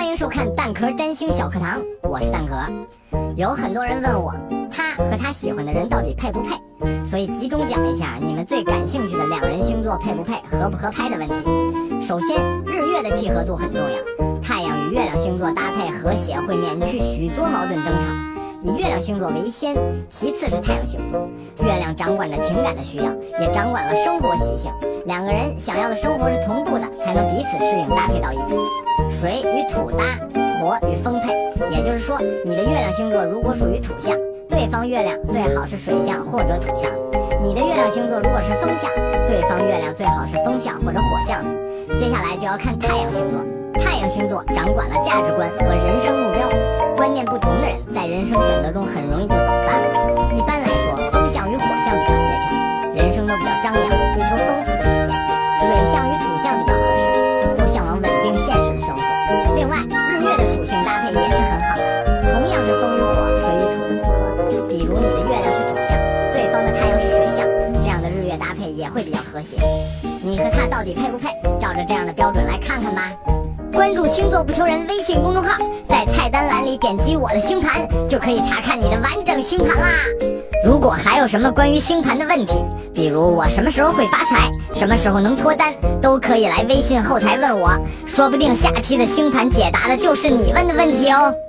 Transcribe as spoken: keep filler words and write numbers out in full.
欢迎收看蛋壳占星小课堂，我是蛋壳。有很多人问我，他和他喜欢的人到底配不配，所以集中讲一下你们最感兴趣的两人星座配不配、合不合拍的问题。首先，日月的契合度很重要，太阳与月亮星座搭配和谐会免去许多矛盾争吵。以月亮星座为先，其次是太阳星座。月亮掌管着情感的需要，也掌管了生活习性。两个人想要的生活是同步的，才能彼此适应搭配到一起。水与土搭，火与风配，也就是说，你的月亮星座如果属于土象，对方月亮最好是水象或者土象的；你的月亮星座如果是风象，对方月亮最好是风象或者火象的。接下来就要看太阳星座。太阳星座掌管了价值观和人生目标，观念不同的人在人生选择中很容易就走散了。一般来说，风象与火象比较协调，人生都比较张扬，追求丰富的体验；水象与土象比较合适，都向往稳定现实的生活。另外，日月的属性搭配也是很好的，同样是风与火、水与土的组合。比如你的月亮是土象，对方的太阳是水象，这样的日月搭配也会比较和谐。你和他到底配不配？照着这样的标准来看看吧。关注星座不求人微信公众号，在菜单栏里点击我的星盘，就可以查看你的完整星盘啦。如果还有什么关于星盘的问题，比如我什么时候会发财，什么时候能脱单，都可以来微信后台问我，说不定下期的星盘解答的就是你问的问题哦。